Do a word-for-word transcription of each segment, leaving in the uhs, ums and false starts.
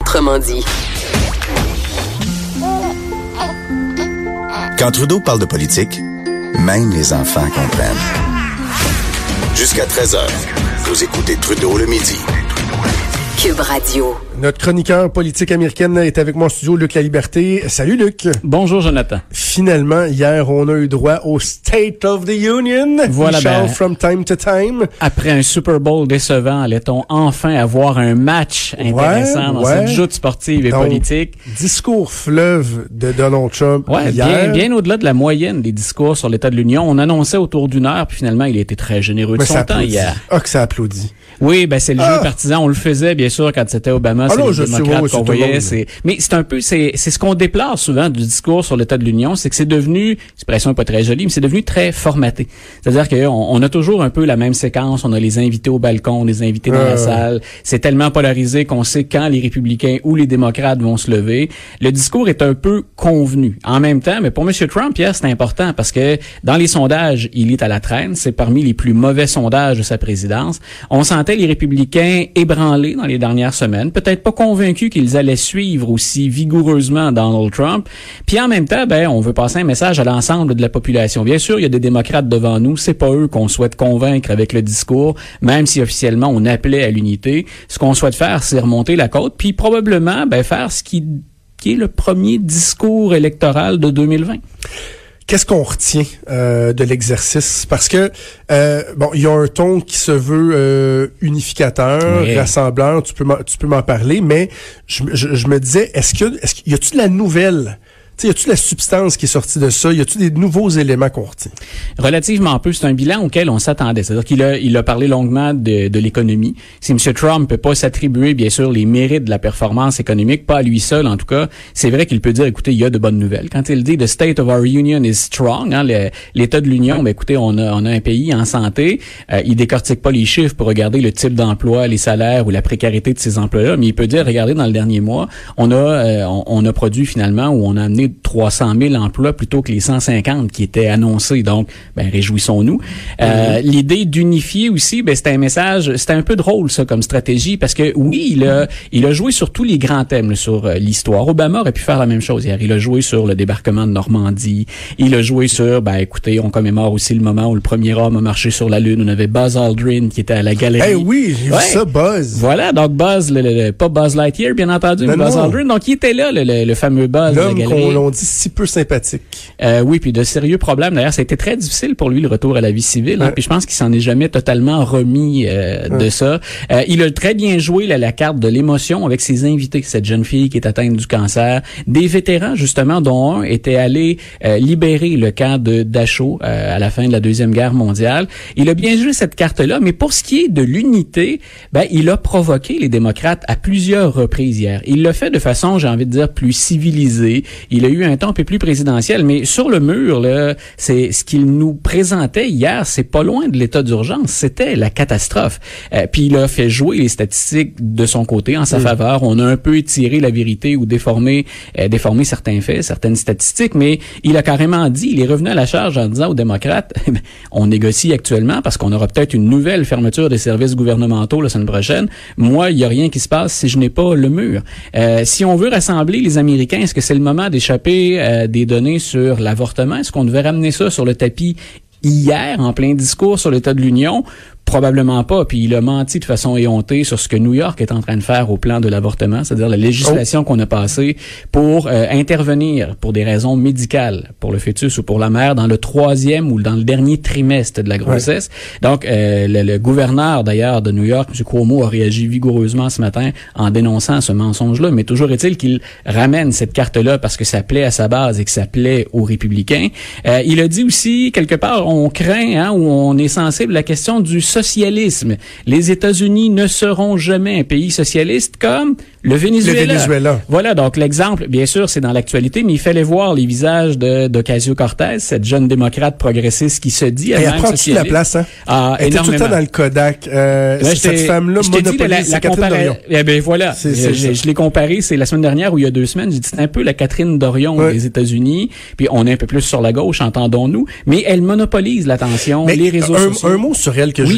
Autrement dit. Quand Trudeau parle de politique, même les enfants comprennent. Jusqu'à treize heures, vous écoutez Trudeau le midi. Cube Radio. Notre chroniqueur politique américaine est avec moi en studio, Luc Laliberté. Salut Luc. Bonjour Jonathan. Finalement, hier, on a eu droit au State of the Union. Voilà, ben, from time to time. Après un Super Bowl décevant, allait-on enfin avoir un match intéressant ouais, dans ouais. cette joute sportive et Donc, politique? Discours fleuve de Donald Trump Ouais, hier. bien, bien au-delà de la moyenne des discours sur l'état de l'Union. On annonçait autour d'une heure, puis finalement, il a été très généreux de Mais son ça temps applaudit. hier. Ah, que ça applaudit. Oui, ben c'est le ah. jeu partisan. On le faisait, bien sûr, quand c'était Obama, ah c'est non, les je démocrates sais, qu'on c'est voyait. C'est... Mais c'est un peu, c'est, c'est ce qu'on déplore souvent du discours sur l'état de l'Union, c'est que c'est devenu, l'expression n'est pas très jolie, mais c'est devenu très formaté. C'est-à-dire qu'on on a toujours un peu la même séquence. On a les invités au balcon, les invités dans euh. la salle. C'est tellement polarisé qu'on sait quand les républicains ou les démocrates vont se lever. Le discours est un peu convenu. En même temps, mais pour M. Trump, hier, c'est important parce que dans les sondages, il est à la traîne. C'est parmi les plus mauvais sondages de sa présidence. On sentait les républicains ébranlés dans les dernières semaines, peut-être pas convaincus qu'ils allaient suivre aussi vigoureusement Donald Trump. Puis en même temps, ben, on veut passer un message à l'ensemble de la population. Bien sûr, il y a des démocrates devant nous. C'est pas eux qu'on souhaite convaincre avec le discours, même si officiellement on appelait à l'unité. Ce qu'on souhaite faire, c'est remonter la côte, puis probablement, ben, faire ce qui, qui est le premier discours électoral de deux mille vingt. Qu'est-ce qu'on retient euh, de l'exercice? Parce que, euh, bon, il y a un ton qui se veut euh, unificateur, oui. rassembleur, tu peux m'en, tu peux m'en parler, mais je, je, je me disais, est-ce que, est-ce qu'il y a-tu de la nouvelle? T'sais, y a-tu de la substance qui est sortie de ça? Y a-tu des nouveaux éléments qu'on retient? Relativement peu. C'est un bilan auquel on s'attendait. C'est-à-dire qu'il a, il a parlé longuement de, de l'économie. Si M. Trump peut pas s'attribuer, bien sûr, les mérites de la performance économique, pas à lui seul, en tout cas, c'est vrai qu'il peut dire, écoutez, il y a de bonnes nouvelles. Quand il dit « The state of our union is strong hein, », le, l'état de l'Union, ben, écoutez, on a, on a un pays en santé. Euh, il décortique pas les chiffres pour regarder le type d'emploi, les salaires ou la précarité de ces emplois-là, mais il peut dire, regardez, dans le dernier mois, on a, euh, on, on a produit finalement, ou on a amené trois cent mille emplois plutôt que les cent cinquante qui étaient annoncés. Donc, ben, réjouissons-nous. Euh, mm-hmm. L'idée d'unifier aussi, ben, c'était un message, c'était un peu drôle, ça, comme stratégie, parce que, oui, il a, il a joué sur tous les grands thèmes, là, sur euh, l'histoire. Obama aurait pu faire la même chose hier. Il a joué sur le débarquement de Normandie. Il a joué sur, ben, écoutez, on commémore aussi le moment où le premier homme a marché sur la Lune. On avait Buzz Aldrin qui était à la galerie. Eh hey, oui, j'ai ouais. vu ça, Buzz. Voilà, donc Buzz, le, le, le, pas Buzz Lightyear, bien entendu, mais Buzz Aldrin. Donc, il était là, le, le, le fameux Buzz L'homme de la galerie. Qu'on l'on dit si peu sympathique. Euh, oui, puis de sérieux problèmes. D'ailleurs, ça a été très difficile pour lui, le retour à la vie civile. Hein, ouais. Puis je pense qu'il s'en est jamais totalement remis euh, ouais. de ça. Euh, il a très bien joué là, la carte de l'émotion avec ses invités. Cette jeune fille qui est atteinte du cancer. Des vétérans, justement, dont un était allé euh, libérer le camp de Dachau euh, à la fin de la Deuxième Guerre mondiale. Il a bien joué cette carte-là, mais pour ce qui est de l'unité, ben, il a provoqué les démocrates à plusieurs reprises hier. Il l'a fait de façon, j'ai envie de dire, plus civilisée. Il a eu un ton un peu plus présidentiel, mais sur le mur, là, c'est ce qu'il nous présentait hier, c'est pas loin de l'état d'urgence, c'était la catastrophe. Euh, puis il a fait jouer les statistiques de son côté en sa mmh. faveur. On a un peu étiré la vérité ou déformé, euh, déformé certains faits, certaines statistiques, mais il a carrément dit, il est revenu à la charge en disant aux démocrates, on négocie actuellement parce qu'on aura peut-être une nouvelle fermeture des services gouvernementaux la semaine prochaine. Moi, il y a rien qui se passe si je n'ai pas le mur. Euh, si on veut rassembler les Américains, est-ce que c'est le moment d'échapper euh, des données sur l'avortement? Est-ce qu'on devait ramener ça sur le tapis hier, en plein discours sur l'état de l'Union? Probablement pas. Puis il a menti de façon éhontée sur ce que New York est en train de faire au plan de l'avortement, c'est-à-dire la législation oh. qu'on a passée pour euh, intervenir pour des raisons médicales pour le fœtus ou pour la mère dans le troisième ou dans le dernier trimestre de la grossesse. Ouais. Donc, euh, le, le gouverneur d'ailleurs de New York, M. Cuomo, a réagi vigoureusement ce matin en dénonçant ce mensonge-là. Mais toujours est-il qu'il ramène cette carte-là parce que ça plaît à sa base et que ça plaît aux républicains. Euh, il a dit aussi, quelque part, on craint hein, ou on est sensible à la question du socialisme. Les États-Unis ne seront jamais un pays socialiste comme le Venezuela. Le Venezuela. Voilà, donc l'exemple, bien sûr, c'est dans l'actualité, mais il fallait voir les visages de d'Ocasio-Cortez, cette jeune démocrate progressiste qui se dit elle-même socialiste. Elle a pris la place, hein? Ah, elle était tout le temps dans le Kodak. Euh, Là, cette femme-là monopolise, c'est Catherine compara- Dorion. Eh ben voilà, c'est, je, c'est je, je l'ai comparé, c'est la semaine dernière ou il y a deux semaines, j'ai dit c'est un peu la Catherine Dorion ouais. des États-Unis, puis on est un peu plus sur la gauche, entendons-nous, mais elle monopolise l'attention, mais les réseaux un, sociaux. Un mot sur elle que oui.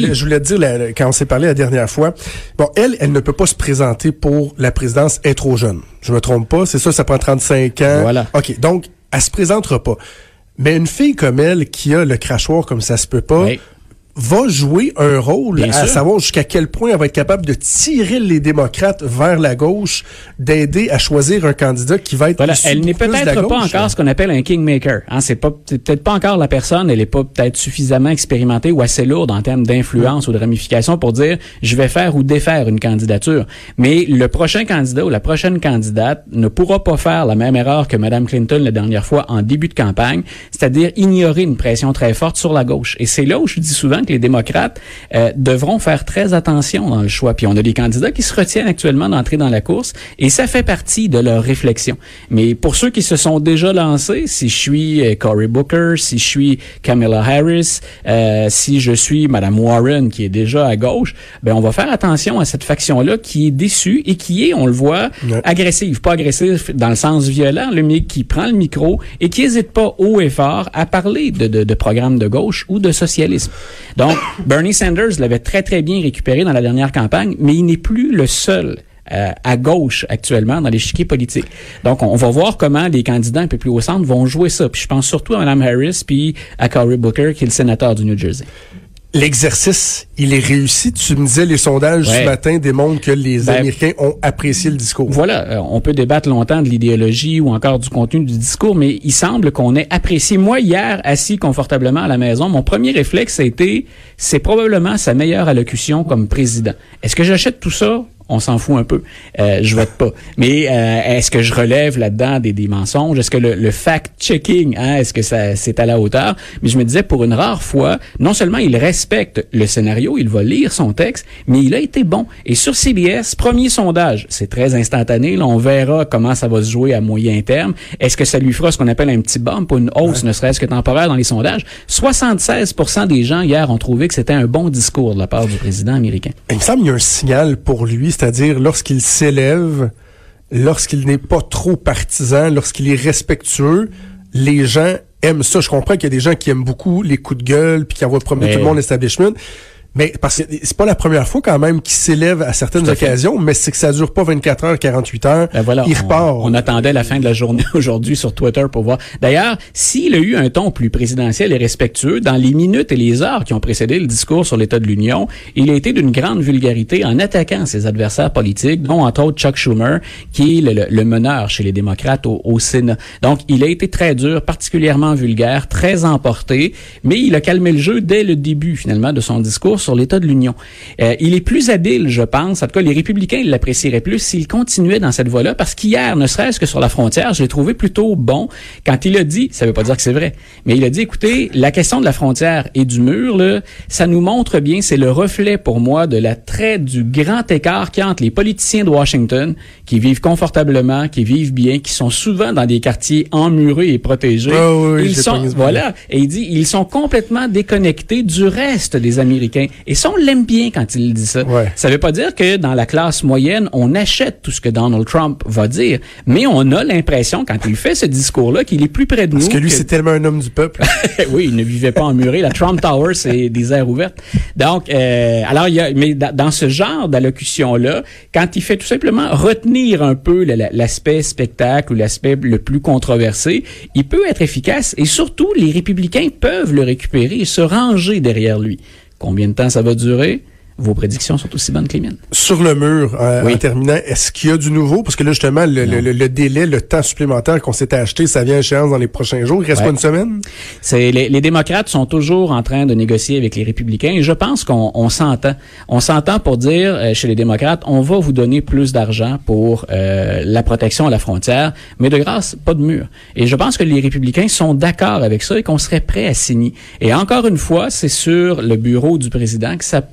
voulais, je voulais te dire, la, quand on s'est parlé la dernière fois, bon, elle, elle ne peut pas se présenter pour la présidence, elle est trop jeune. Je me trompe pas, c'est ça, ça prend trente-cinq ans. Voilà. OK, donc, elle se présentera pas. Mais une fille comme elle, qui a le crachoir comme ça se peut pas, oui. va jouer un rôle Bien à sûr. savoir jusqu'à quel point elle va être capable de tirer les démocrates vers la gauche, d'aider à choisir un candidat qui va être voilà, elle n'est peut-être pas encore hein. ce qu'on appelle un kingmaker. Hein, c'est pas c'est peut-être pas encore la personne, elle est pas peut-être suffisamment expérimentée ou assez lourde en termes d'influence mmh. ou de ramification pour dire je vais faire ou défaire une candidature. Mais le prochain candidat ou la prochaine candidate ne pourra pas faire la même erreur que Mme Clinton la dernière fois en début de campagne, c'est-à-dire ignorer une pression très forte sur la gauche. Et c'est là où je dis souvent que les démocrates euh, devront faire très attention dans le choix. Puis on a des candidats qui se retiennent actuellement d'entrer dans la course et ça fait partie de leur réflexion. Mais pour ceux qui se sont déjà lancés, si je suis euh, Cory Booker, si je suis Kamala Harris, euh, si je suis Mme Warren qui est déjà à gauche, ben on va faire attention à cette faction-là qui est déçue et qui est, on le voit, ouais. agressive. Pas agressive dans le sens violent, mais qui prend le micro et qui n'hésite pas haut et fort à parler de, de, de programmes de gauche ou de socialisme. Donc, Bernie Sanders l'avait très, très bien récupéré dans la dernière campagne, mais il n'est plus le seul euh, à gauche actuellement dans l'échiquier politique. Donc, on, on va voir comment les candidats un peu plus au centre vont jouer ça. Puis je pense surtout à Mme Harris puis à Cory Booker, qui est le sénateur du New Jersey. L'exercice, il est réussi. Tu me disais, les sondages ouais. ce matin démontrent que les ben, Américains ont apprécié le discours. Voilà, euh, on peut débattre longtemps de l'idéologie ou encore du contenu du discours, mais il semble qu'on ait apprécié. Moi, hier, assis confortablement à la maison, mon premier réflexe a été, c'est probablement sa meilleure allocution comme président. Est-ce que j'achète tout ça? On s'en fout un peu. Euh, je vote pas. Mais euh, est-ce que je relève là-dedans des, des mensonges? Est-ce que le, le fact-checking, hein, est-ce que ça c'est à la hauteur? Mais je me disais, pour une rare fois, non seulement il respecte le scénario, il va lire son texte, mais il a été bon. Et sur C B S, premier sondage, c'est très instantané. Là, on verra comment ça va se jouer à moyen terme. Est-ce que ça lui fera ce qu'on appelle un petit bump ou une hausse, ouais. ne serait-ce que temporaire dans les sondages? soixante-seize pour cent des gens hier ont trouvé que c'était un bon discours de la part du président américain. Il me semble qu'il y a un signal pour lui, c'est-à-dire lorsqu'il s'élève, lorsqu'il n'est pas trop partisan, lorsqu'il est respectueux, les gens aiment ça. Je comprends qu'il y a des gens qui aiment beaucoup les coups de gueule puis qui envoient promener mais... tout le monde l'establishment. Mais parce que c'est pas la première fois quand même qu'il s'élève à certaines occasions, mais c'est que ça dure pas vingt-quatre heures, quarante-huit heures. Ben voilà, il repart. On, on attendait la fin de la journée aujourd'hui sur Twitter pour voir. D'ailleurs, s'il a eu un ton plus présidentiel et respectueux, dans les minutes et les heures qui ont précédé le discours sur l'état de l'Union, il a été d'une grande vulgarité en attaquant ses adversaires politiques, dont entre autres Chuck Schumer, qui est le, le, le meneur chez les démocrates au, au Sénat. Donc, il a été très dur, particulièrement vulgaire, très emporté, mais il a calmé le jeu dès le début, finalement, de son discours sur l'état de l'Union. Euh, il est plus habile, je pense. En tout cas, les républicains, ils l'apprécieraient plus s'il continuait dans cette voie-là, parce qu'hier, ne serait-ce que sur la frontière, je l'ai trouvé plutôt bon quand il a dit, ça veut pas dire que c'est vrai, mais il a dit, écoutez, la question de la frontière et du mur, là, ça nous montre bien, c'est le reflet pour moi de la traite du grand écart qu'il y a entre les politiciens de Washington, qui vivent confortablement, qui vivent bien, qui sont souvent dans des quartiers emmurés et protégés. Oh oui, ils sont, voilà. Et il dit, ils sont complètement déconnectés du reste des Américains. Et ça, on l'aime bien quand il dit ça. Ouais. Ça veut pas dire que dans la classe moyenne, on achète tout ce que Donald Trump va dire, mais on a l'impression, quand il fait ce discours-là, qu'il est plus près de Parce nous. Parce que lui, que... c'est tellement un homme du peuple. Oui, il ne vivait pas emmuré. La Trump Tower, c'est des aires ouvertes. Donc, euh, alors, il y a, mais dans ce genre d'allocution-là, quand il fait tout simplement retenir un peu l'aspect spectacle ou l'aspect le plus controversé, il peut être efficace et surtout, les républicains peuvent le récupérer et se ranger derrière lui. Combien de temps ça va durer? Vos prédictions sont aussi bonnes que les miennes. Sur le mur, euh, oui. en terminant, est-ce qu'il y a du nouveau? Parce que là, justement, le, le, le délai, le temps supplémentaire qu'on s'était acheté, ça vient à échéance dans les prochains jours. Il reste ouais. pas une semaine? C'est les, les démocrates sont toujours en train de négocier avec les républicains et je pense qu'on on s'entend. On s'entend pour dire, euh, chez les démocrates, on va vous donner plus d'argent pour euh, la protection à la frontière, mais de grâce, pas de mur. Et je pense que les républicains sont d'accord avec ça et qu'on serait prêt à signer. Et encore une fois, c'est sur le bureau du président que ça peut bloquer.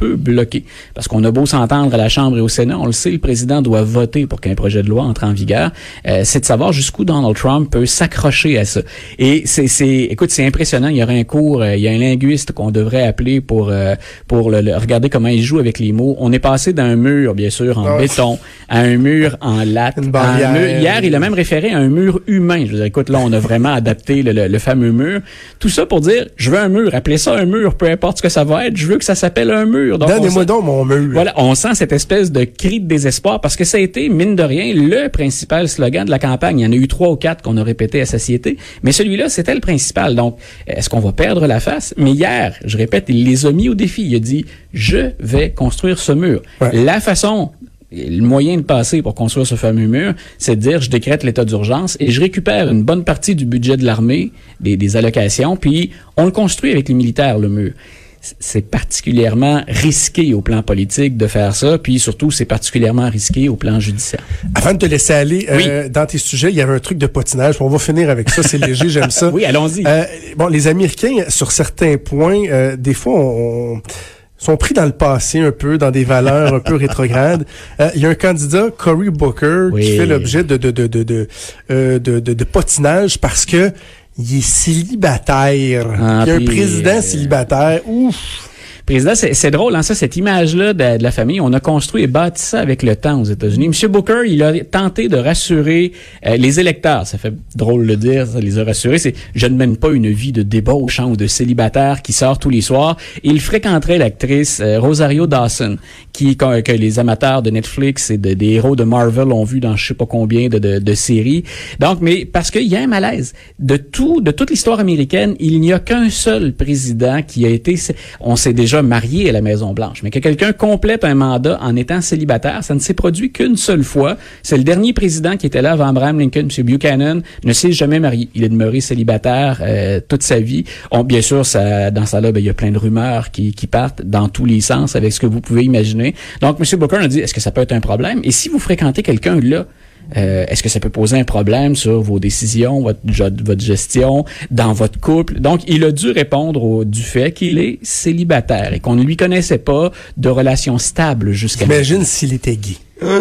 bloqué. Parce qu'on a beau s'entendre à la Chambre et au Sénat, on le sait, le président doit voter pour qu'un projet de loi entre en vigueur. Euh, c'est de savoir jusqu'où Donald Trump peut s'accrocher à ça. Et c'est, c'est écoute, c'est impressionnant. Il y aurait un cours, euh, il y a un linguiste qu'on devrait appeler pour euh, pour le, le, regarder comment il joue avec les mots. On est passé d'un mur, bien sûr, en oh. béton, à un mur en latte. Une barrière. Mur. Hier, il a même référé à un mur humain. Je veux dire, écoute, là, on a vraiment adapté le, le, le fameux mur. Tout ça pour dire, je veux un mur. Appelez ça un mur, peu importe ce que ça va être. Je veux que ça s'appelle un mur. Donc, Donnez-moi donc mon mur. Voilà, on sent cette espèce de cri de désespoir parce que ça a été, mine de rien, le principal slogan de la campagne. Il y en a eu trois ou quatre qu'on a répété à satiété, mais celui-là, c'était le principal. Donc, est-ce qu'on va perdre la face? Mais hier, je répète, il les a mis au défi. Il a dit, je vais construire ce mur. Ouais. La façon, le moyen de passer pour construire ce fameux mur, c'est de dire, je décrète l'état d'urgence et je récupère une bonne partie du budget de l'armée, des, des allocations, puis on le construit avec les militaires, le mur. C'est particulièrement risqué au plan politique de faire ça, puis surtout, c'est particulièrement risqué au plan judiciaire. Avant de te laisser aller euh, oui. dans tes sujets, il y avait un truc de potinage. On va finir avec ça, c'est léger, j'aime ça. Oui, allons-y. Euh, bon, les Américains, sur certains points, euh, des fois, on... on sont pris dans le passé un peu, dans des valeurs un peu rétrogrades. Euh, il y a un candidat, Cory Booker, oui. qui fait l'objet de de de de de, euh, de de de potinage parce que il est célibataire. Ah, il y a un président euh... célibataire. Ouf! Président, c'est, c'est drôle, hein, ça, cette image-là de, de la famille. On a construit et bâti ça avec le temps aux États-Unis. M. Booker, il a tenté de rassurer euh, les électeurs. Ça fait drôle de dire, ça les a rassurés. C'est, je ne mène pas une vie de débauche ou de célibataire qui sort tous les soirs. Il fréquenterait l'actrice euh, Rosario Dawson, qui que, que les amateurs de Netflix et de, des héros de Marvel ont vu dans je sais pas combien de, de, de séries. Donc, mais parce qu'il y a un malaise. De tout, de toute l'histoire américaine, il n'y a qu'un seul président qui a été, on s'est déjà marié à la Maison-Blanche, mais que quelqu'un complète un mandat en étant célibataire, ça ne s'est produit qu'une seule fois. C'est le dernier président qui était là avant Abraham Lincoln, M. Buchanan, ne s'est jamais marié. Il est demeuré célibataire euh, toute sa vie. On, bien sûr, ça, dans ça là, ben, il y a plein de rumeurs qui, qui partent dans tous les sens avec ce que vous pouvez imaginer. Donc, M. Booker a dit, est-ce que ça peut être un problème? Et si vous fréquentez quelqu'un là, Euh, est-ce que ça peut poser un problème sur vos décisions, votre, votre gestion, dans votre couple? Donc, il a dû répondre au, du fait qu'il est célibataire et qu'on ne lui connaissait pas de relation stable jusqu'à maintenant. Imagine s'il était gay.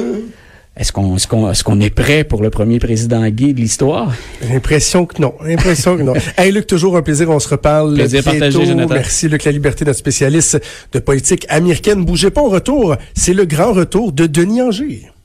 Est-ce qu'on, est-ce qu'on, est-ce qu'on est prêt pour le premier président gay de l'histoire? L'impression que non. L'impression que non. Hey, Luc, toujours un plaisir. On se reparle plaisir bientôt. Partagé, Jonathan. Merci, Luc La Liberté, notre spécialiste de politique américaine. Bougez pas au retour. C'est le grand retour de Denis Anger.